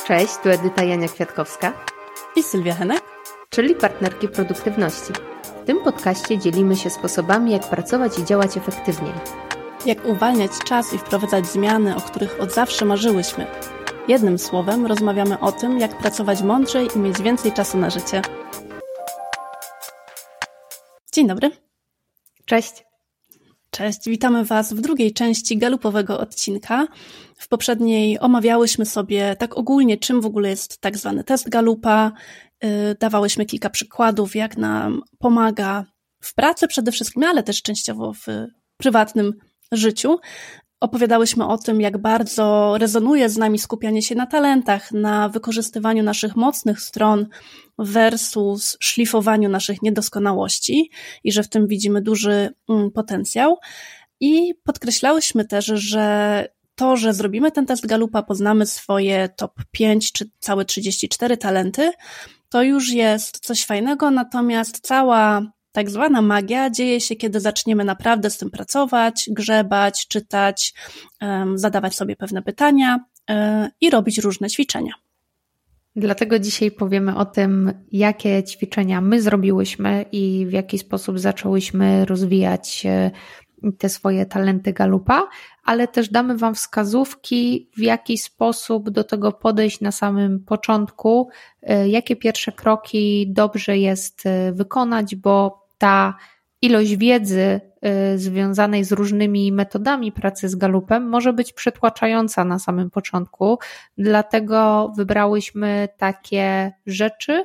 Cześć, tu Edyta Jania-Kwiatkowska i Sylwia Henek, czyli partnerki produktywności. W tym podcaście dzielimy się sposobami, jak pracować i działać efektywniej. Jak uwalniać czas i wprowadzać zmiany, o których od zawsze marzyłyśmy. Jednym słowem rozmawiamy o tym, jak pracować mądrzej i mieć więcej czasu na życie. Dzień dobry. Cześć. Cześć, witamy Was w drugiej części galupowego odcinka. W poprzedniej omawiałyśmy sobie tak ogólnie, czym w ogóle jest tak zwany test Galupa. Dawałyśmy kilka przykładów, jak nam pomaga w pracy przede wszystkim, ale też częściowo w prywatnym życiu. Opowiadałyśmy o tym, jak bardzo rezonuje z nami skupianie się na talentach, na wykorzystywaniu naszych mocnych stron versus szlifowaniu naszych niedoskonałości i że w tym widzimy duży potencjał. I podkreślałyśmy też, że to, że zrobimy ten test Galupa, poznamy swoje top 5 czy całe 34 talenty, to już jest coś fajnego, natomiast cała tak zwana magia dzieje się, kiedy zaczniemy naprawdę z tym pracować, grzebać, czytać, zadawać sobie pewne pytania i robić różne ćwiczenia. Dlatego dzisiaj powiemy o tym, jakie ćwiczenia my zrobiłyśmy i w jaki sposób zaczęłyśmy rozwijać te swoje talenty Galupa, ale też damy Wam wskazówki, w jaki sposób do tego podejść na samym początku, jakie pierwsze kroki dobrze jest wykonać, bo ta ilość wiedzy związanej z różnymi metodami pracy z Galupem może być przytłaczająca na samym początku, dlatego wybrałyśmy takie rzeczy,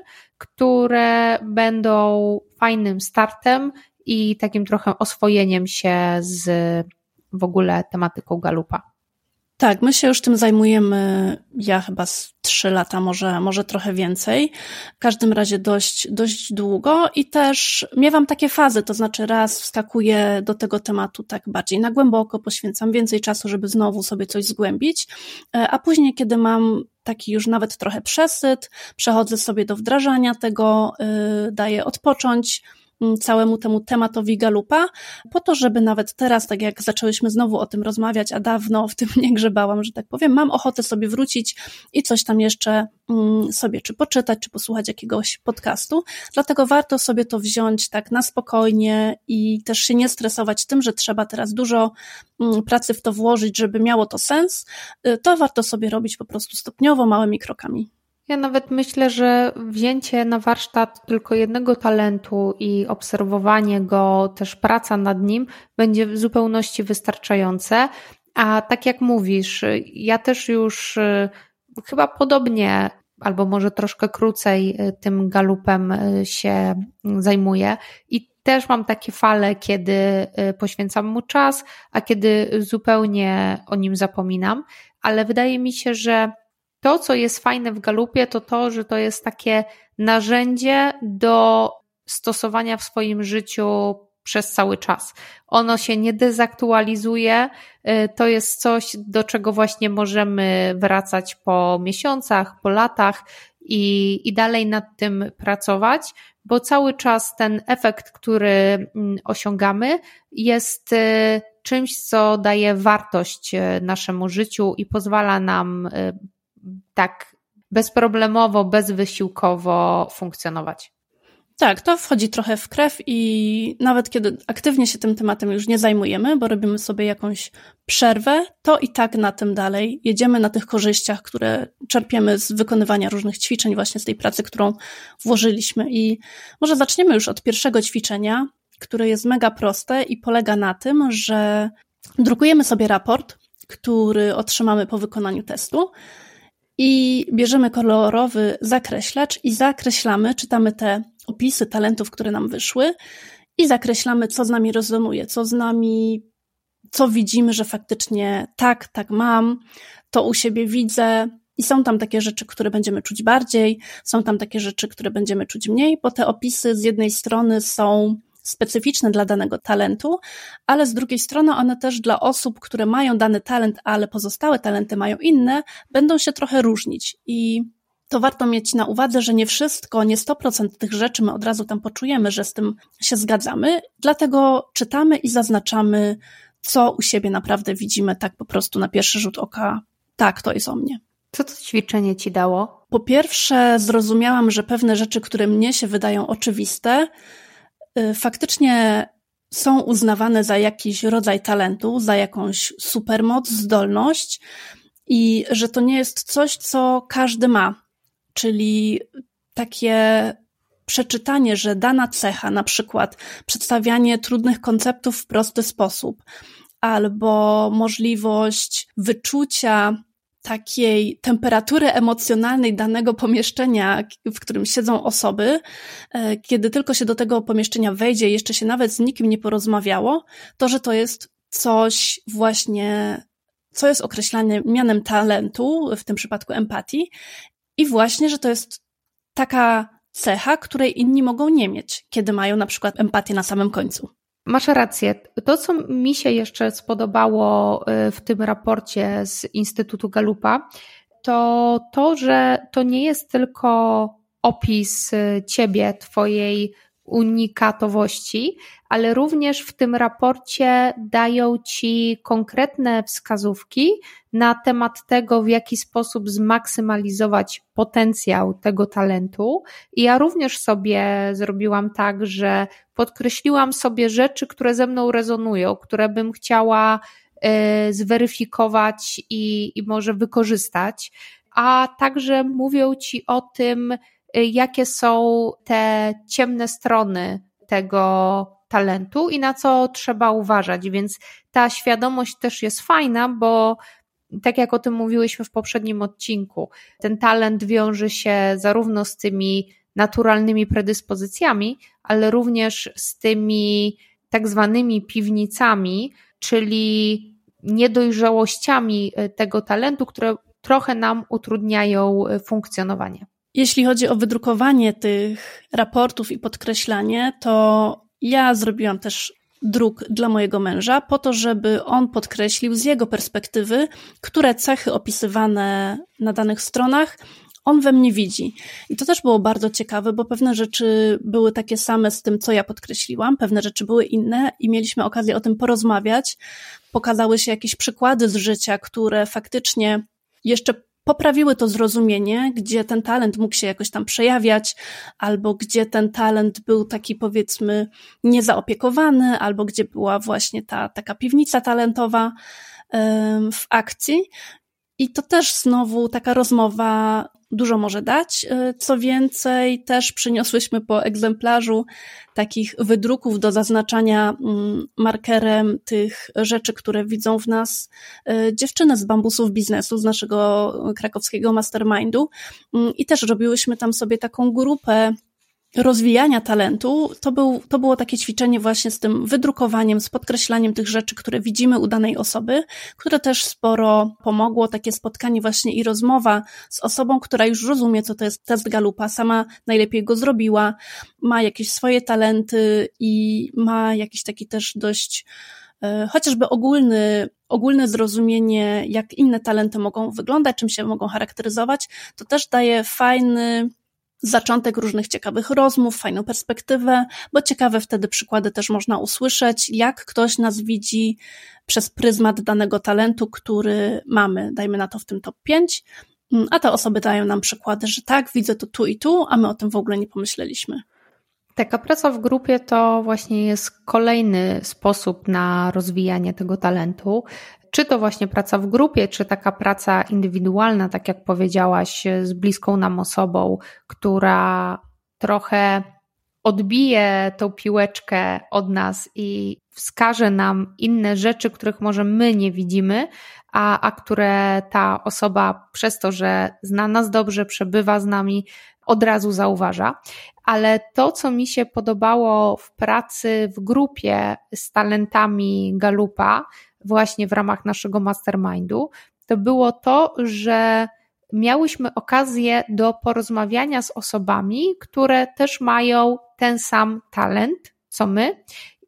które będą fajnym startem i takim trochę oswojeniem się z w ogóle tematyką Galupa. Tak, my się już tym zajmujemy, ja chyba z 3 lata, może trochę więcej. W każdym razie dość długo i też miewam takie fazy, to znaczy raz wskakuję do tego tematu tak bardziej na głęboko, poświęcam więcej czasu, żeby znowu sobie coś zgłębić, a później, kiedy mam taki już nawet trochę przesyt, przechodzę sobie do wdrażania tego, daję odpocząć całemu temu tematowi Galupa, po to, żeby nawet teraz, tak jak zaczęłyśmy znowu o tym rozmawiać, a dawno w tym nie grzebałam, że tak powiem, mam ochotę sobie wrócić i coś tam jeszcze sobie czy poczytać, czy posłuchać jakiegoś podcastu, dlatego warto sobie to wziąć tak na spokojnie i też się nie stresować tym, że trzeba teraz dużo pracy w to włożyć, żeby miało to sens, to warto sobie robić po prostu stopniowo, małymi krokami. Ja nawet myślę, że wzięcie na warsztat tylko jednego talentu i obserwowanie go, też praca nad nim będzie w zupełności wystarczające. A tak jak mówisz, ja też już chyba podobnie, albo może troszkę krócej tym Galupem się zajmuję i też mam takie fale, kiedy poświęcam mu czas, a kiedy zupełnie o nim zapominam, ale wydaje mi się, że to, co jest fajne w Galupie, to to, że to jest takie narzędzie do stosowania w swoim życiu przez cały czas. Ono się nie dezaktualizuje, to jest coś, do czego właśnie możemy wracać po miesiącach, po latach i dalej nad tym pracować, bo cały czas ten efekt, który osiągamy, jest czymś, co daje wartość naszemu życiu i pozwala nam tak bezproblemowo, bezwysiłkowo funkcjonować. Tak, to wchodzi trochę w krew i nawet kiedy aktywnie się tym tematem już nie zajmujemy, bo robimy sobie jakąś przerwę, to i tak na tym dalej jedziemy na tych korzyściach, które czerpiemy z wykonywania różnych ćwiczeń, właśnie z tej pracy, którą włożyliśmy. I może zaczniemy już od pierwszego ćwiczenia, które jest mega proste i polega na tym, że drukujemy sobie raport, który otrzymamy po wykonaniu testu, i bierzemy kolorowy zakreślacz i zakreślamy, czytamy te opisy talentów, które nam wyszły i zakreślamy, co z nami rezonuje, co widzimy, że faktycznie tak mam, to u siebie widzę i są tam takie rzeczy, które będziemy czuć bardziej, są tam takie rzeczy, które będziemy czuć mniej, bo te opisy z jednej strony są specyficzne dla danego talentu, ale z drugiej strony one też dla osób, które mają dany talent, ale pozostałe talenty mają inne, będą się trochę różnić i to warto mieć na uwadze, że nie wszystko, nie 100% tych rzeczy my od razu tam poczujemy, że z tym się zgadzamy, dlatego czytamy i zaznaczamy, co u siebie naprawdę widzimy tak po prostu na pierwszy rzut oka, tak, to jest o mnie. Co to ćwiczenie ci dało? Po pierwsze, zrozumiałam, że pewne rzeczy, które mnie się wydają oczywiste, faktycznie są uznawane za jakiś rodzaj talentu, za jakąś supermoc, zdolność i że to nie jest coś, co każdy ma. Czyli takie przeczytanie, że dana cecha, na przykład przedstawianie trudnych konceptów w prosty sposób, albo możliwość wyczucia takiej temperatury emocjonalnej danego pomieszczenia, w którym siedzą osoby, kiedy tylko się do tego pomieszczenia wejdzie, jeszcze się nawet z nikim nie porozmawiało, to, że to jest coś właśnie, co jest określane mianem talentu, w tym przypadku empatii, i właśnie, że to jest taka cecha, której inni mogą nie mieć, kiedy mają na przykład empatię na samym końcu. Masz rację. To, co mi się jeszcze spodobało w tym raporcie z Instytutu Gallupa, to, że to nie jest tylko opis ciebie, twojej unikatowości, ale również w tym raporcie dają ci konkretne wskazówki na temat tego, w jaki sposób zmaksymalizować potencjał tego talentu. I ja również sobie zrobiłam tak, że podkreśliłam sobie rzeczy, które ze mną rezonują, które bym chciała zweryfikować i może wykorzystać, a także mówią ci o tym, jakie są te ciemne strony tego talentu i na co trzeba uważać, więc ta świadomość też jest fajna, bo tak jak o tym mówiłyśmy w poprzednim odcinku, ten talent wiąże się zarówno z tymi naturalnymi predyspozycjami, ale również z tymi tak zwanymi piwnicami, czyli niedojrzałościami tego talentu, które trochę nam utrudniają funkcjonowanie. Jeśli chodzi o wydrukowanie tych raportów i podkreślanie, to ja zrobiłam też druk dla mojego męża po to, żeby on podkreślił z jego perspektywy, które cechy opisywane na danych stronach on we mnie widzi. I to też było bardzo ciekawe, bo pewne rzeczy były takie same z tym, co ja podkreśliłam, pewne rzeczy były inne i mieliśmy okazję o tym porozmawiać. Pokazały się jakieś przykłady z życia, które faktycznie jeszcze poprawiły to zrozumienie, gdzie ten talent mógł się jakoś tam przejawiać, albo gdzie ten talent był taki, powiedzmy, niezaopiekowany, albo gdzie była właśnie ta taka piwnica talentowa w akcji. I to też znowu taka rozmowa dużo może dać. Co więcej, też przyniosłyśmy po egzemplarzu takich wydruków do zaznaczania markerem tych rzeczy, które widzą w nas dziewczyny z Bambusów Biznesu, z naszego krakowskiego mastermindu. I też robiłyśmy tam sobie taką grupę rozwijania talentu. To było takie ćwiczenie właśnie z tym wydrukowaniem, z podkreślaniem tych rzeczy, które widzimy u danej osoby, które też sporo pomogło. Takie spotkanie właśnie i rozmowa z osobą, która już rozumie, co to jest test Gallupa, sama najlepiej go zrobiła, ma jakieś swoje talenty i ma jakiś taki też dość chociażby ogólne zrozumienie, jak inne talenty mogą wyglądać, czym się mogą charakteryzować. To też daje fajny zaczątek różnych ciekawych rozmów, fajną perspektywę, bo ciekawe wtedy przykłady też można usłyszeć, jak ktoś nas widzi przez pryzmat danego talentu, który mamy, dajmy na to w tym top 5, a te osoby dają nam przykłady, że tak, widzę to tu i tu, a my o tym w ogóle nie pomyśleliśmy. Taka praca w grupie to właśnie jest kolejny sposób na rozwijanie tego talentu. Czy to właśnie praca w grupie, czy taka praca indywidualna, tak jak powiedziałaś, z bliską nam osobą, która trochę odbije tą piłeczkę od nas i wskaże nam inne rzeczy, których może my nie widzimy, a które ta osoba przez to, że zna nas dobrze, przebywa z nami, od razu zauważa. Ale to, co mi się podobało w pracy w grupie z talentami Gallupa, właśnie w ramach naszego mastermindu, to było to, że miałyśmy okazję do porozmawiania z osobami, które też mają ten sam talent, co my,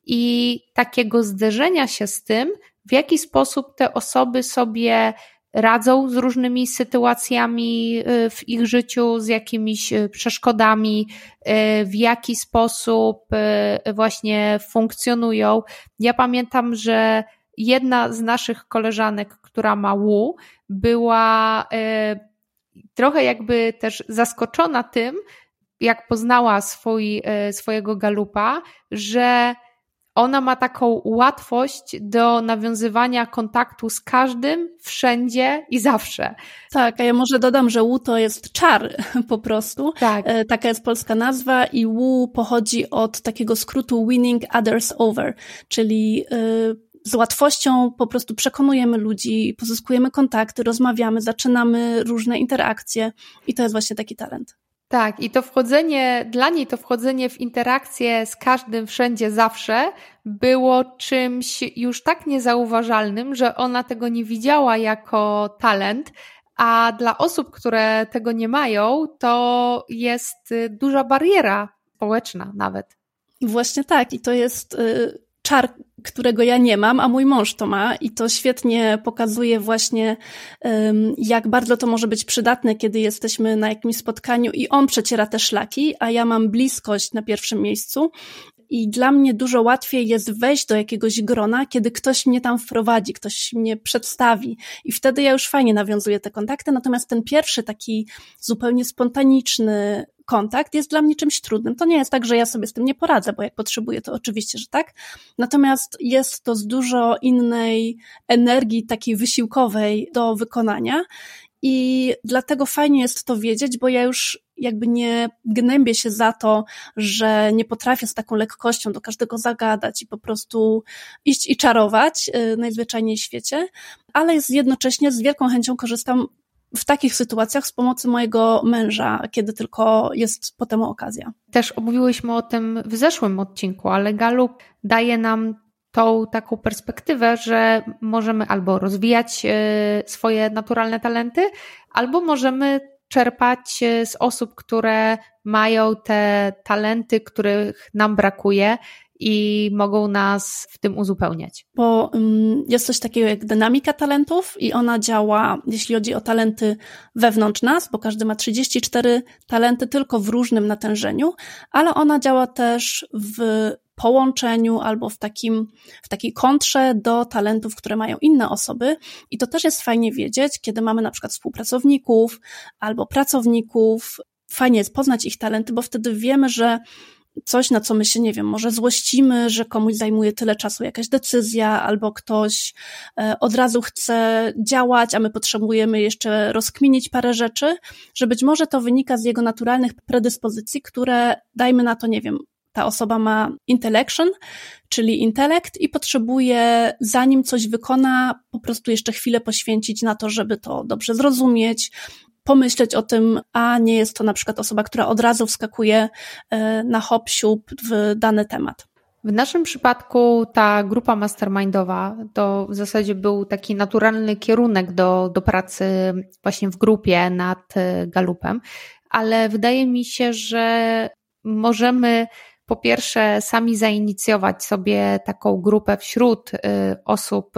i takiego zderzenia się z tym, w jaki sposób te osoby sobie radzą z różnymi sytuacjami w ich życiu, z jakimiś przeszkodami, w jaki sposób właśnie funkcjonują. Ja pamiętam, że jedna z naszych koleżanek, która ma WU, była trochę jakby też zaskoczona tym, jak poznała swojego galupa, że ona ma taką łatwość do nawiązywania kontaktu z każdym, wszędzie i zawsze. Tak, a ja może dodam, że Wu to jest czar po prostu. Tak. Taka jest polska nazwa i Wu pochodzi od takiego skrótu winning others over, czyli z łatwością po prostu przekonujemy ludzi, pozyskujemy kontakty, rozmawiamy, zaczynamy różne interakcje i to jest właśnie taki talent. Tak, i dla niej to wchodzenie w interakcję z każdym, wszędzie, zawsze było czymś już tak niezauważalnym, że ona tego nie widziała jako talent, a dla osób, które tego nie mają, to jest duża bariera społeczna nawet. Właśnie tak, i to jest czar, którego ja nie mam, a mój mąż to ma i to świetnie pokazuje właśnie, jak bardzo to może być przydatne, kiedy jesteśmy na jakimś spotkaniu i on przeciera te szlaki, a ja mam bliskość na pierwszym miejscu. I dla mnie dużo łatwiej jest wejść do jakiegoś grona, kiedy ktoś mnie tam wprowadzi, ktoś mnie przedstawi i wtedy ja już fajnie nawiązuję te kontakty, natomiast ten pierwszy taki zupełnie spontaniczny kontakt jest dla mnie czymś trudnym. To nie jest tak, że ja sobie z tym nie poradzę, bo jak potrzebuję, to oczywiście, że tak. Natomiast jest to z dużo innej energii takiej wysiłkowej do wykonania i dlatego fajnie jest to wiedzieć, bo ja już jakby nie gnębię się za to, że nie potrafię z taką lekkością do każdego zagadać i po prostu iść i czarować najzwyczajniej w świecie, ale jednocześnie z wielką chęcią korzystam w takich sytuacjach z pomocy mojego męża, kiedy tylko jest po temu okazja. Też omówiłyśmy o tym w zeszłym odcinku, ale Galup daje nam tą taką perspektywę, że możemy albo rozwijać swoje naturalne talenty, albo możemy czerpać z osób, które mają te talenty, których nam brakuje i mogą nas w tym uzupełniać. Bo jest coś takiego jak dynamika talentów i ona działa, jeśli chodzi o talenty wewnątrz nas, bo każdy ma 34 talenty tylko w różnym natężeniu, ale ona działa też w połączeniu albo w takiej kontrze do talentów, które mają inne osoby i to też jest fajnie wiedzieć, kiedy mamy na przykład współpracowników albo pracowników, fajnie jest poznać ich talenty, bo wtedy wiemy, że coś, na co my się, nie wiem, może złościmy, że komuś zajmuje tyle czasu jakaś decyzja, albo ktoś od razu chce działać, a my potrzebujemy jeszcze rozkminić parę rzeczy, że być może to wynika z jego naturalnych predyspozycji, które, dajmy na to, nie wiem, ta osoba ma intellection, czyli intelekt i potrzebuje, zanim coś wykona, po prostu jeszcze chwilę poświęcić na to, żeby to dobrze zrozumieć, pomyśleć o tym, a nie jest to na przykład osoba, która od razu wskakuje na hop-siup w dany temat. W naszym przypadku ta grupa mastermindowa to w zasadzie był taki naturalny kierunek do pracy właśnie w grupie nad Galupem, ale wydaje mi się, że możemy po pierwsze sami zainicjować sobie taką grupę wśród osób,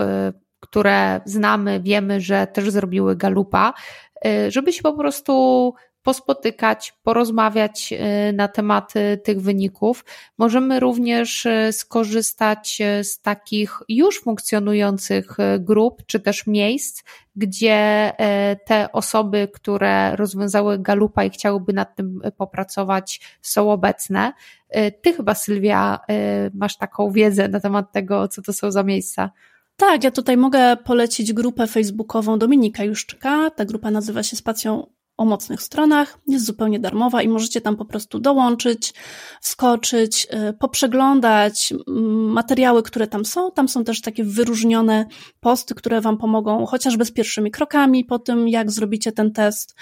które znamy, wiemy, że też zrobiły Galupa, żeby się po prostu pospotykać, porozmawiać na tematy tych wyników. Możemy również skorzystać z takich już funkcjonujących grup, czy też miejsc, gdzie te osoby, które rozwiązały Galupa i chciałyby nad tym popracować, są obecne. Ty chyba, Sylwia, masz taką wiedzę na temat tego, co to są za miejsca. Tak, ja tutaj mogę polecić grupę facebookową Dominika Juszczyka. Ta grupa nazywa się Spacją o mocnych stronach, jest zupełnie darmowa i możecie tam po prostu dołączyć, wskoczyć, poprzeglądać materiały, które tam są. Tam są też takie wyróżnione posty, które wam pomogą chociażby z pierwszymi krokami po tym, jak zrobicie ten test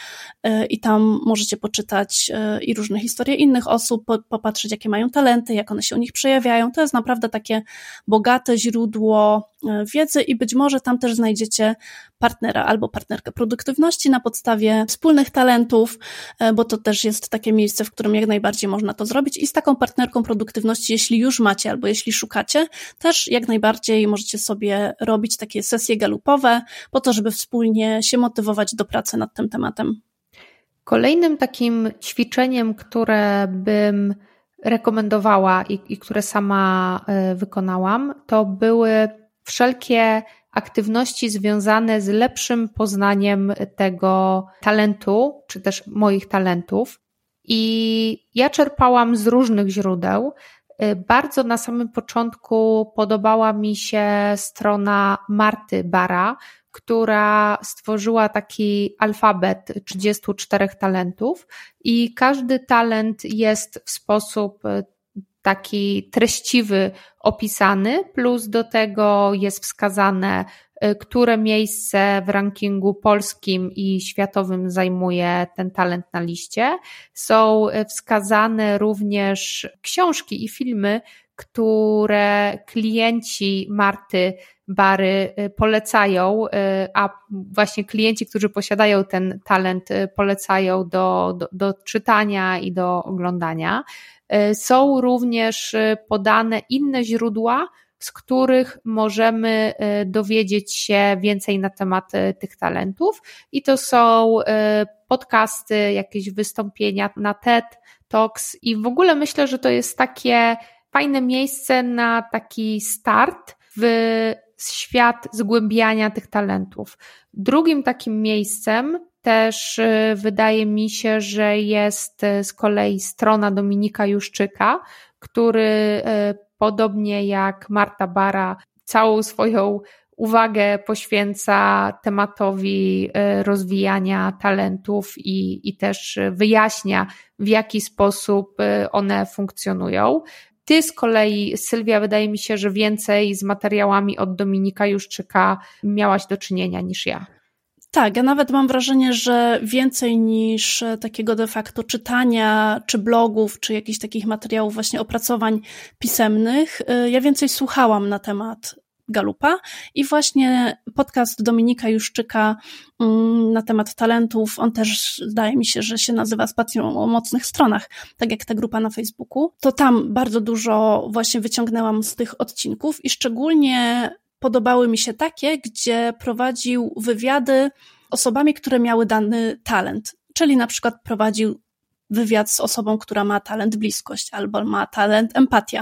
i tam możecie poczytać i różne historie innych osób, popatrzeć, jakie mają talenty, jak one się u nich przejawiają. To jest naprawdę takie bogate źródło wiedzy i być może tam też znajdziecie partnera albo partnerkę produktywności na podstawie wspólnych talentów, bo to też jest takie miejsce, w którym jak najbardziej można to zrobić i z taką partnerką produktywności, jeśli już macie albo jeśli szukacie, też jak najbardziej możecie sobie robić takie sesje galupowe po to, żeby wspólnie się motywować do pracy nad tym tematem. Kolejnym takim ćwiczeniem, które bym rekomendowała i które sama wykonałam, to były wszelkie aktywności związane z lepszym poznaniem tego talentu, czy też moich talentów. I ja czerpałam z różnych źródeł. Bardzo na samym początku podobała mi się strona Marty Bara, która stworzyła taki alfabet 34 talentów i każdy talent jest w sposób taki treściwy opisany, plus do tego jest wskazane, które miejsce w rankingu polskim i światowym zajmuje ten talent na liście. Są wskazane również książki i filmy, które klienci Marty Bary polecają, a właśnie klienci, którzy posiadają ten talent, polecają do czytania i do oglądania. Są również podane inne źródła, z których możemy dowiedzieć się więcej na temat tych talentów i to są podcasty, jakieś wystąpienia na TED Talks i w ogóle myślę, że to jest takie fajne miejsce na taki start w świat zgłębiania tych talentów. Drugim takim miejscem też wydaje mi się, że jest z kolei strona Dominika Juszczyka, który podobnie jak Marta Bara całą swoją uwagę poświęca tematowi rozwijania talentów i też wyjaśnia, w jaki sposób one funkcjonują. Ty z kolei, Sylwia, wydaje mi się, że więcej z materiałami od Dominika Juszczyka miałaś do czynienia niż ja. Tak, ja nawet mam wrażenie, że więcej niż takiego de facto czytania, czy blogów, czy jakichś takich materiałów, właśnie opracowań pisemnych, ja więcej słuchałam na temat Galupa i właśnie podcast Dominika Juszczyka na temat talentów, on też zdaje mi się, że się nazywa Spacją o mocnych stronach, tak jak ta grupa na Facebooku, to tam bardzo dużo właśnie wyciągnęłam z tych odcinków i szczególnie podobały mi się takie, gdzie prowadził wywiady osobami, które miały dany talent, czyli na przykład prowadził wywiad z osobą, która ma talent bliskość albo ma talent empatia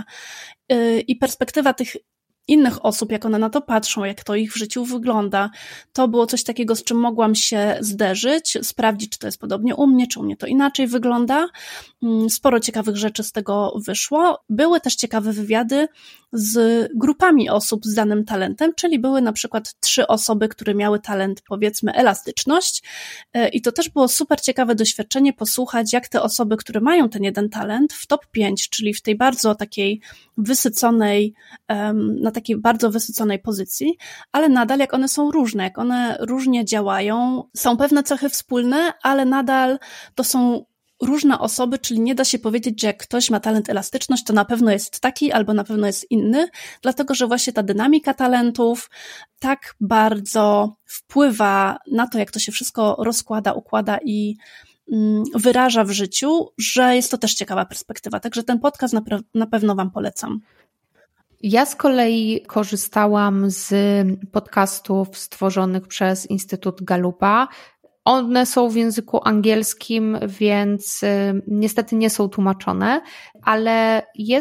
i perspektywa tych innych osób, jak one na to patrzą, jak to ich w życiu wygląda, to było coś takiego, z czym mogłam się zderzyć, sprawdzić, czy to jest podobnie u mnie, czy u mnie to inaczej wygląda. Sporo ciekawych rzeczy z tego wyszło. Były też ciekawe wywiady z grupami osób z danym talentem, czyli były na przykład 3 osoby, które miały talent, powiedzmy, elastyczność i to też było super ciekawe doświadczenie posłuchać, jak te osoby, które mają ten jeden talent w top 5, czyli w tej bardzo takiej wysyconej, na takiej bardzo wysyconej pozycji, ale nadal jak one są różne, jak one różnie działają, są pewne cechy wspólne, ale nadal to są różne osoby, czyli nie da się powiedzieć, że jak ktoś ma talent elastyczność, to na pewno jest taki albo na pewno jest inny, dlatego że właśnie ta dynamika talentów tak bardzo wpływa na to, jak to się wszystko rozkłada, układa i wyraża w życiu, że jest to też ciekawa perspektywa. Także ten podcast na pewno Wam polecam. Ja z kolei korzystałam z podcastów stworzonych przez Instytut Galupa. One są w języku angielskim, więc niestety nie są tłumaczone, ale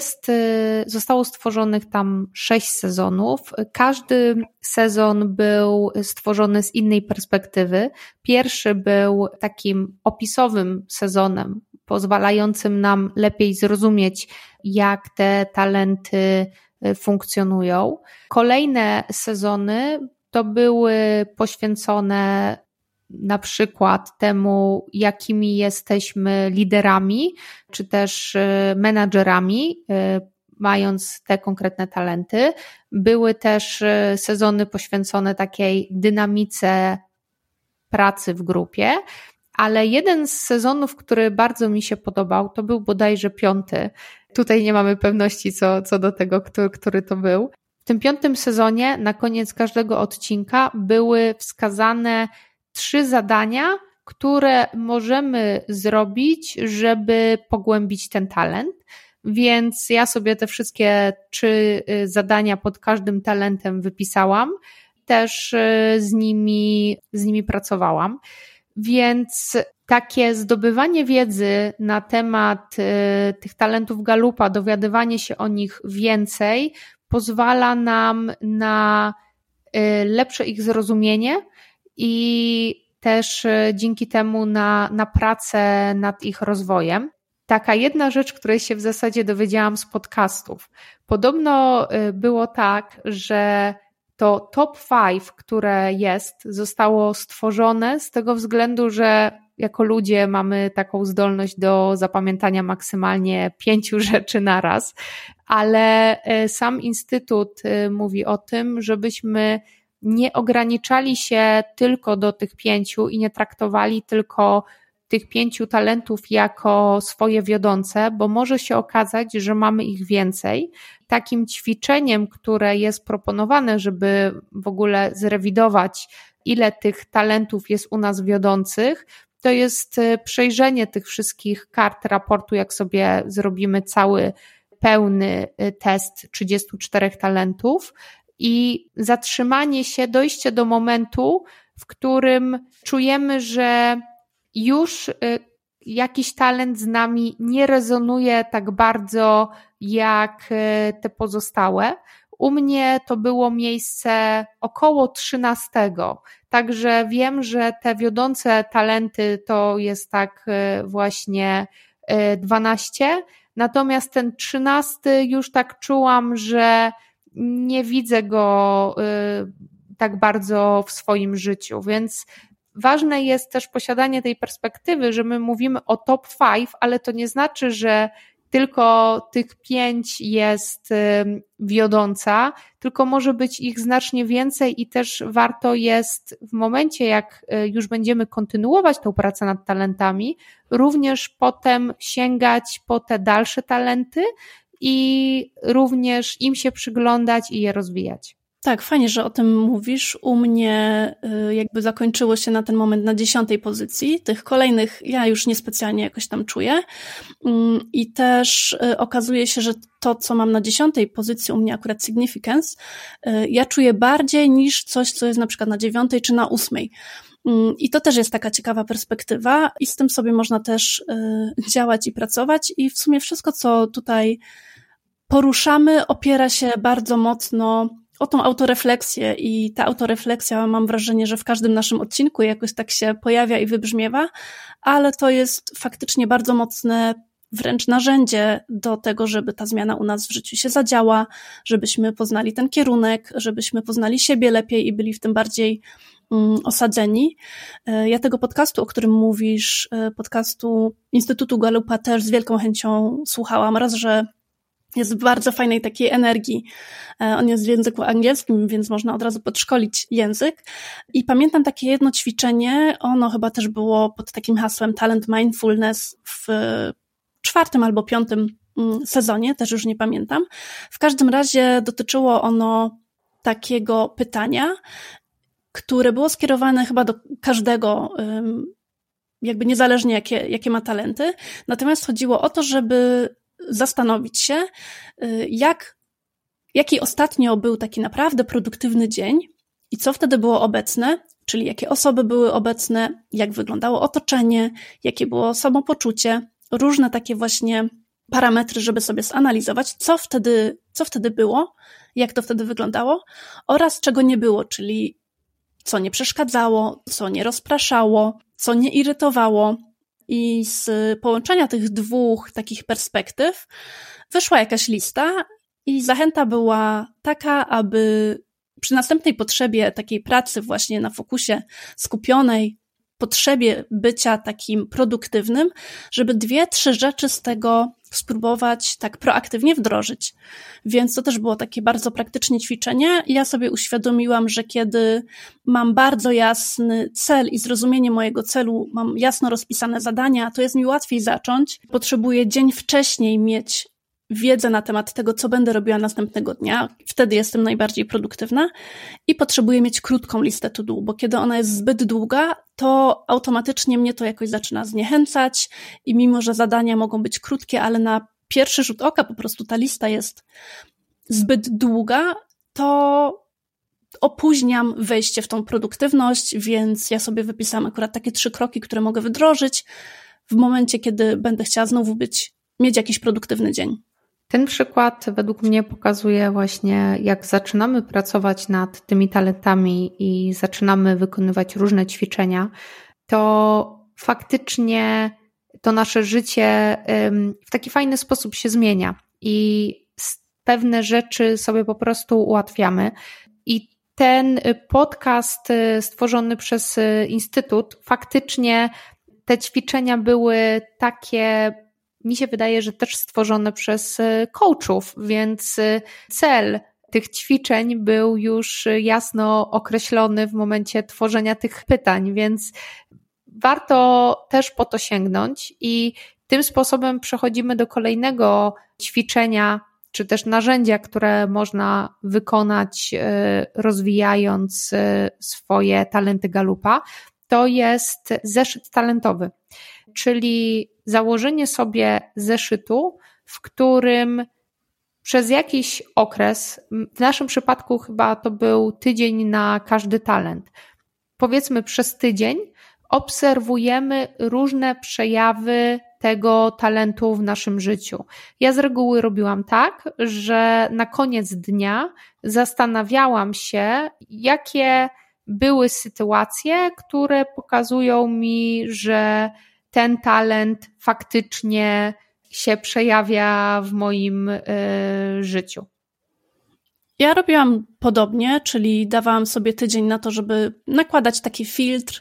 zostało stworzonych tam 6 sezonów. Każdy sezon był stworzony z innej perspektywy. Pierwszy był takim opisowym sezonem, pozwalającym nam lepiej zrozumieć, jak te talenty funkcjonują. Kolejne sezony to były poświęcone na przykład temu, jakimi jesteśmy liderami, czy też menadżerami, mając te konkretne talenty. Były też sezony poświęcone takiej dynamice pracy w grupie, ale jeden z sezonów, który bardzo mi się podobał, to był bodajże 5. Tutaj nie mamy pewności co do tego, który to był. W tym 5. sezonie na koniec każdego odcinka były wskazane 3 zadania, które możemy zrobić, żeby pogłębić ten talent. Więc ja sobie te wszystkie 3 zadania pod każdym talentem wypisałam. Też z nimi pracowałam. Więc takie zdobywanie wiedzy na temat tych talentów Galupa, dowiadywanie się o nich więcej, pozwala nam na lepsze ich zrozumienie i też dzięki temu na pracę nad ich rozwojem. Taka jedna rzecz, której się w zasadzie dowiedziałam z podcastów. Podobno było tak, że to top 5, które zostało stworzone z tego względu, że jako ludzie mamy taką zdolność do zapamiętania maksymalnie 5 rzeczy naraz, ale sam Instytut mówi o tym, żebyśmy nie ograniczali się tylko do tych 5 i nie traktowali tylko tych 5 talentów jako swoje wiodące, bo może się okazać, że mamy ich więcej. Takim ćwiczeniem, które jest proponowane, żeby w ogóle zrewidować, ile tych talentów jest u nas wiodących, to jest przejrzenie tych wszystkich kart raportu, jak sobie zrobimy cały pełny test 34 talentów i zatrzymanie się, dojście do momentu, w którym czujemy, że już jakiś talent z nami nie rezonuje tak bardzo jak te pozostałe. U mnie to było miejsce około 13, także wiem, że te wiodące talenty to jest tak właśnie 12, natomiast ten 13 już tak czułam, że nie widzę go tak bardzo w swoim życiu, więc ważne jest też posiadanie tej perspektywy, że my mówimy o top 5, ale to nie znaczy, że tylko tych 5 jest wiodąca, tylko może być ich znacznie więcej i też warto jest w momencie, jak już będziemy kontynuować tą pracę nad talentami, również potem sięgać po te dalsze talenty i również im się przyglądać i je rozwijać. Tak, fajnie, że o tym mówisz. U mnie jakby zakończyło się na ten moment na 10. pozycji. Tych kolejnych ja już niespecjalnie jakoś tam czuję. I też okazuje się, że to, co mam na 10. pozycji, u mnie akurat significance, ja czuję bardziej niż coś, co jest na przykład na 9. czy na 8. I to też jest taka ciekawa perspektywa i z tym sobie można też działać i pracować. I w sumie wszystko, co tutaj poruszamy, opiera się bardzo mocno o tą autorefleksję i ta autorefleksja, mam wrażenie, że w każdym naszym odcinku jakoś tak się pojawia i wybrzmiewa, ale to jest faktycznie bardzo mocne wręcz narzędzie do tego, żeby ta zmiana u nas w życiu się zadziała, żebyśmy poznali ten kierunek, żebyśmy poznali siebie lepiej i byli w tym bardziej osadzeni. Ja tego podcastu, o którym mówisz, podcastu Instytutu Gallupa też z wielką chęcią słuchałam. Raz, że jest w bardzo fajnej takiej energii. On jest w języku angielskim, więc można od razu podszkolić język. I pamiętam takie jedno ćwiczenie, ono chyba też było pod takim hasłem Talent Mindfulness w 4. albo 5. sezonie, też już nie pamiętam. W każdym razie dotyczyło ono takiego pytania, które było skierowane chyba do każdego, jakby niezależnie jakie ma talenty. Natomiast chodziło o to, żeby zastanowić się, jaki ostatnio był taki naprawdę produktywny dzień i co wtedy było obecne, czyli jakie osoby były obecne, jak wyglądało otoczenie, jakie było samopoczucie, różne takie właśnie parametry, żeby sobie zanalizować, co wtedy było, jak to wtedy wyglądało oraz czego nie było, czyli co nie przeszkadzało, co nie rozpraszało, co nie irytowało. I z połączenia tych dwóch takich perspektyw wyszła jakaś lista i zachęta była taka, aby przy następnej potrzebie takiej pracy właśnie na fokusie skupionej, potrzebie bycia takim produktywnym, żeby 2-3 rzeczy z tego spróbować tak proaktywnie wdrożyć. Więc to też było takie bardzo praktyczne ćwiczenie. Ja sobie uświadomiłam, że kiedy mam bardzo jasny cel i zrozumienie mojego celu, mam jasno rozpisane zadania, to jest mi łatwiej zacząć. Potrzebuję dzień wcześniej mieć wiedzę na temat tego, co będę robiła następnego dnia. Wtedy jestem najbardziej produktywna i potrzebuję mieć krótką listę to do, bo kiedy ona jest zbyt długa, to automatycznie mnie to jakoś zaczyna zniechęcać i mimo, że zadania mogą być krótkie, ale na pierwszy rzut oka po prostu ta lista jest zbyt długa, to opóźniam wejście w tą produktywność, więc ja sobie wypisałam akurat takie 3 kroki, które mogę wdrożyć w momencie, kiedy będę chciała znowu mieć jakiś produktywny dzień. Ten przykład według mnie pokazuje właśnie, jak zaczynamy pracować nad tymi talentami i zaczynamy wykonywać różne ćwiczenia, to faktycznie to nasze życie w taki fajny sposób się zmienia i pewne rzeczy sobie po prostu ułatwiamy. I ten podcast stworzony przez Instytut, faktycznie te ćwiczenia były takie, mi się wydaje, że też stworzone przez coachów, więc cel tych ćwiczeń był już jasno określony w momencie tworzenia tych pytań, więc warto też po to sięgnąć i tym sposobem przechodzimy do kolejnego ćwiczenia, czy też narzędzia, które można wykonać, rozwijając swoje talenty Galupa. To jest zeszyt talentowy, czyli założenie sobie zeszytu, w którym przez jakiś okres, w naszym przypadku chyba to był tydzień na każdy talent, powiedzmy przez tydzień obserwujemy różne przejawy tego talentu w naszym życiu. Ja z reguły robiłam tak, że na koniec dnia zastanawiałam się, jakie były sytuacje, które pokazują mi, że ten talent faktycznie się przejawia w moim życiu. Ja robiłam podobnie, czyli dawałam sobie tydzień na to, żeby nakładać taki filtr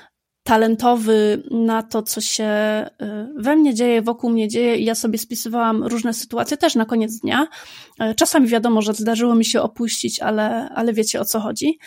talentowy na to, co się we mnie dzieje, wokół mnie dzieje i ja sobie spisywałam różne sytuacje też na koniec dnia. Czasami wiadomo, że zdarzyło mi się opuścić, ale wiecie, o co chodzi.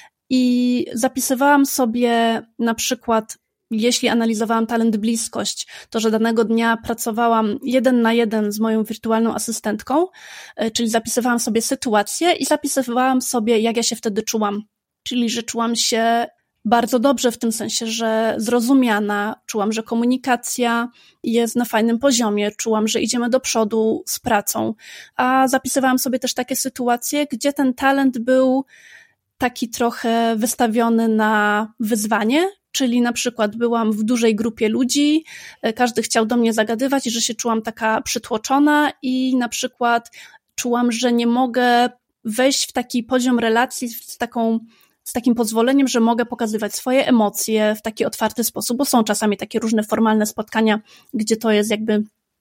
I zapisywałam sobie na przykład, jeśli analizowałam talent bliskość, to że danego dnia pracowałam 1 na 1 z moją wirtualną asystentką, czyli zapisywałam sobie sytuację i zapisywałam sobie, jak ja się wtedy czułam. Czyli, że czułam się bardzo dobrze w tym sensie, że zrozumiana, czułam, że komunikacja jest na fajnym poziomie, czułam, że idziemy do przodu z pracą, a zapisywałam sobie też takie sytuacje, gdzie ten talent był taki trochę wystawiony na wyzwanie, czyli na przykład byłam w dużej grupie ludzi, każdy chciał do mnie zagadywać i że się czułam taka przytłoczona i na przykład czułam, że nie mogę wejść w taki poziom relacji z takim pozwoleniem, że mogę pokazywać swoje emocje w taki otwarty sposób, bo są czasami takie różne formalne spotkania, gdzie to jest jakby,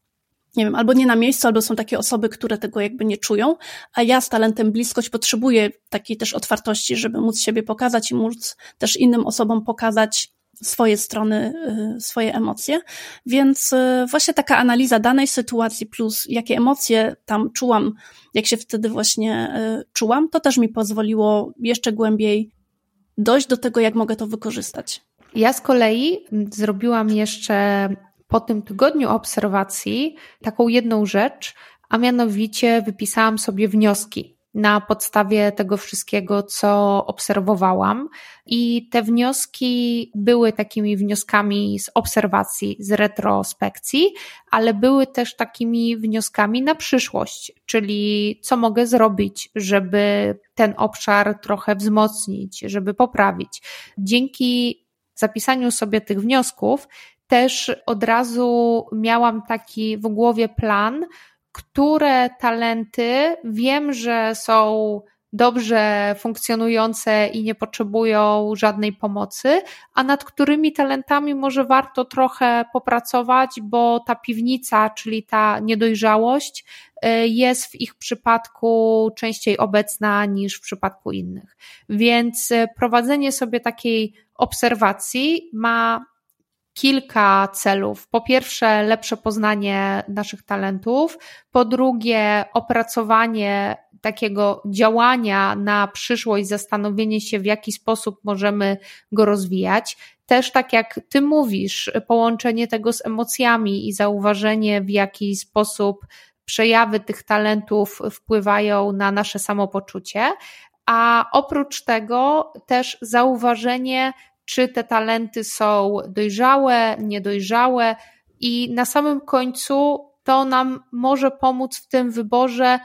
nie wiem, albo nie na miejscu, albo są takie osoby, które tego jakby nie czują, a ja z talentem bliskość potrzebuję takiej też otwartości, żeby móc siebie pokazać i móc też innym osobom pokazać swoje strony, swoje emocje, więc właśnie taka analiza danej sytuacji plus jakie emocje tam czułam, jak się wtedy właśnie czułam, to też mi pozwoliło jeszcze głębiej dojść do tego, jak mogę to wykorzystać. Ja z kolei zrobiłam jeszcze po tym tygodniu obserwacji taką jedną rzecz, a mianowicie wypisałam sobie wnioski na podstawie tego wszystkiego, co obserwowałam i te wnioski były takimi wnioskami z obserwacji, z retrospekcji, ale były też takimi wnioskami na przyszłość, czyli co mogę zrobić, żeby ten obszar trochę wzmocnić, żeby poprawić. Dzięki zapisaniu sobie tych wniosków też od razu miałam taki w głowie plan, które talenty wiem, że są dobrze funkcjonujące i nie potrzebują żadnej pomocy, a nad którymi talentami może warto trochę popracować, bo ta piwnica, czyli ta niedojrzałość jest w ich przypadku częściej obecna niż w przypadku innych. Więc prowadzenie sobie takiej obserwacji ma kilka celów. Po pierwsze, lepsze poznanie naszych talentów. Po drugie, opracowanie takiego działania na przyszłość, zastanowienie się, w jaki sposób możemy go rozwijać. Też tak jak ty mówisz, połączenie tego z emocjami i zauważenie, w jaki sposób przejawy tych talentów wpływają na nasze samopoczucie. A oprócz tego też zauważenie, czy te talenty są dojrzałe, niedojrzałe i na samym końcu to nam może pomóc w tym wyborze,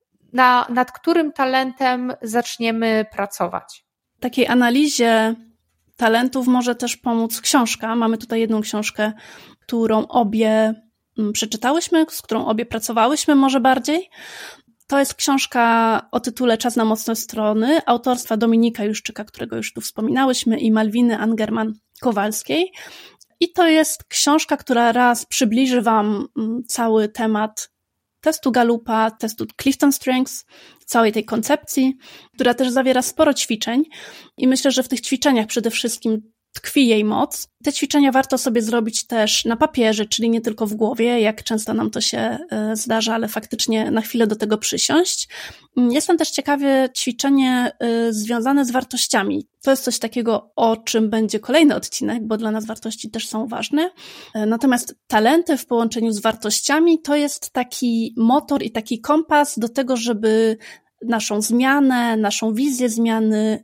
nad którym talentem zaczniemy pracować. W takiej analizie talentów może też pomóc książka. Mamy tutaj jedną książkę, którą obie przeczytałyśmy, z którą obie pracowałyśmy może bardziej. To jest książka o tytule Czas na mocne strony, autorstwa Dominika Juszczyka, którego już tu wspominałyśmy, i Malwiny Angerman-Kowalskiej. I to jest książka, która raz przybliży Wam cały temat testu Gallupa, testu Clifton Strengths, całej tej koncepcji, która też zawiera sporo ćwiczeń i myślę, że w tych ćwiczeniach przede wszystkim tkwi jej moc. Te ćwiczenia warto sobie zrobić też na papierze, czyli nie tylko w głowie, jak często nam to się zdarza, ale faktycznie na chwilę do tego przysiąść. Jestem też ciekawie ćwiczenie związane z wartościami. To jest coś takiego, o czym będzie kolejny odcinek, bo dla nas wartości też są ważne. Natomiast talenty w połączeniu z wartościami to jest taki motor i taki kompas do tego, żeby naszą zmianę, naszą wizję zmiany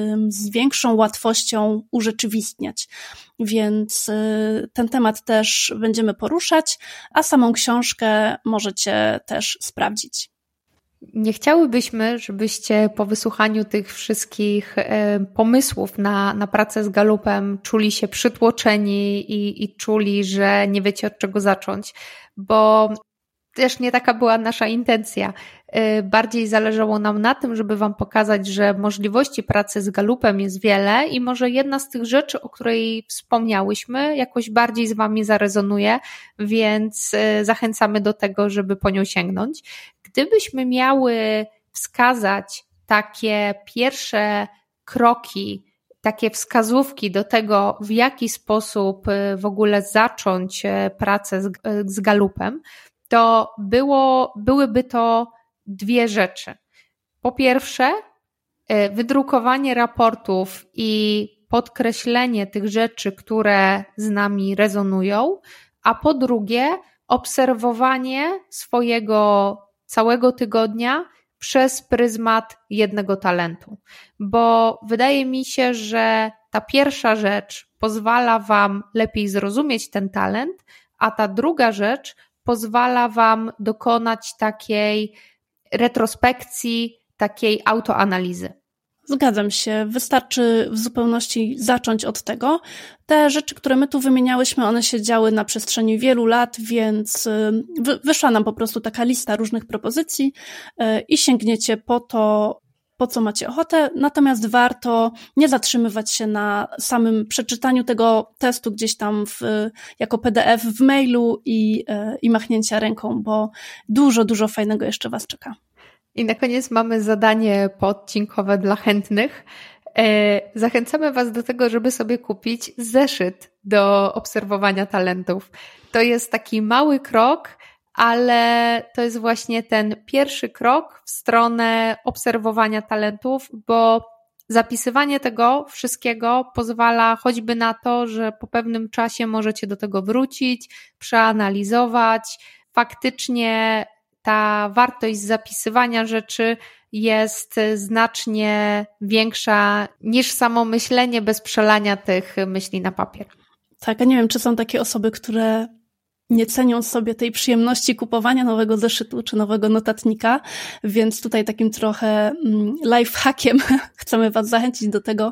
z większą łatwością urzeczywistniać. Więc ten temat też będziemy poruszać, a samą książkę możecie też sprawdzić. Nie chciałybyśmy, żebyście po wysłuchaniu tych wszystkich pomysłów na pracę z Gallupem czuli się przytłoczeni i czuli, że nie wiecie od czego zacząć, bo też nie taka była nasza intencja. Bardziej zależało nam na tym, żeby Wam pokazać, że możliwości pracy z Gallupem jest wiele i może jedna z tych rzeczy, o której wspomniałyśmy, jakoś bardziej z Wami zarezonuje, więc zachęcamy do tego, żeby po nią sięgnąć. Gdybyśmy miały wskazać takie pierwsze kroki, takie wskazówki do tego, w jaki sposób w ogóle zacząć pracę z Gallupem, to byłyby to dwie rzeczy. Po pierwsze, wydrukowanie raportów i podkreślenie tych rzeczy, które z nami rezonują, a po drugie, obserwowanie swojego całego tygodnia przez pryzmat jednego talentu. Bo wydaje mi się, że ta pierwsza rzecz pozwala Wam lepiej zrozumieć ten talent, a ta druga rzecz pozwala Wam dokonać takiej retrospekcji, takiej autoanalizy. Zgadzam się. Wystarczy w zupełności zacząć od tego. Te rzeczy, które my tu wymieniałyśmy, one się działy na przestrzeni wielu lat, więc wyszła nam po prostu taka lista różnych propozycji i sięgniecie po to, po co macie ochotę, natomiast warto nie zatrzymywać się na samym przeczytaniu tego testu gdzieś tam jako PDF w mailu i machnięcia ręką, bo dużo fajnego jeszcze Was czeka. I na koniec mamy zadanie poodcinkowe dla chętnych. Zachęcamy Was do tego, żeby sobie kupić zeszyt do obserwowania talentów. To jest taki mały krok, ale to jest właśnie ten pierwszy krok w stronę obserwowania talentów, bo zapisywanie tego wszystkiego pozwala choćby na to, że po pewnym czasie możecie do tego wrócić, przeanalizować. Faktycznie ta wartość zapisywania rzeczy jest znacznie większa niż samo myślenie bez przelania tych myśli na papier. Tak, a nie wiem, czy są takie osoby, które nie cenią sobie tej przyjemności kupowania nowego zeszytu czy nowego notatnika, więc tutaj takim trochę lifehackiem chcemy Was zachęcić do tego,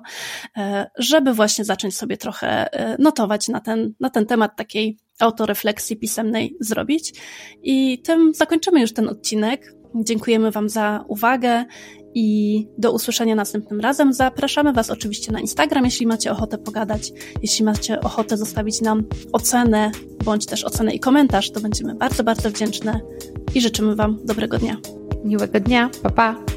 żeby właśnie zacząć sobie trochę notować na ten temat takiej autorefleksji pisemnej zrobić. I tym zakończymy już ten odcinek. Dziękujemy Wam za uwagę i do usłyszenia następnym razem. Zapraszamy Was oczywiście na Instagram, jeśli macie ochotę pogadać, jeśli macie ochotę zostawić nam ocenę, bądź też ocenę i komentarz, to będziemy bardzo wdzięczne i życzymy Wam dobrego dnia. Miłego dnia, pa pa!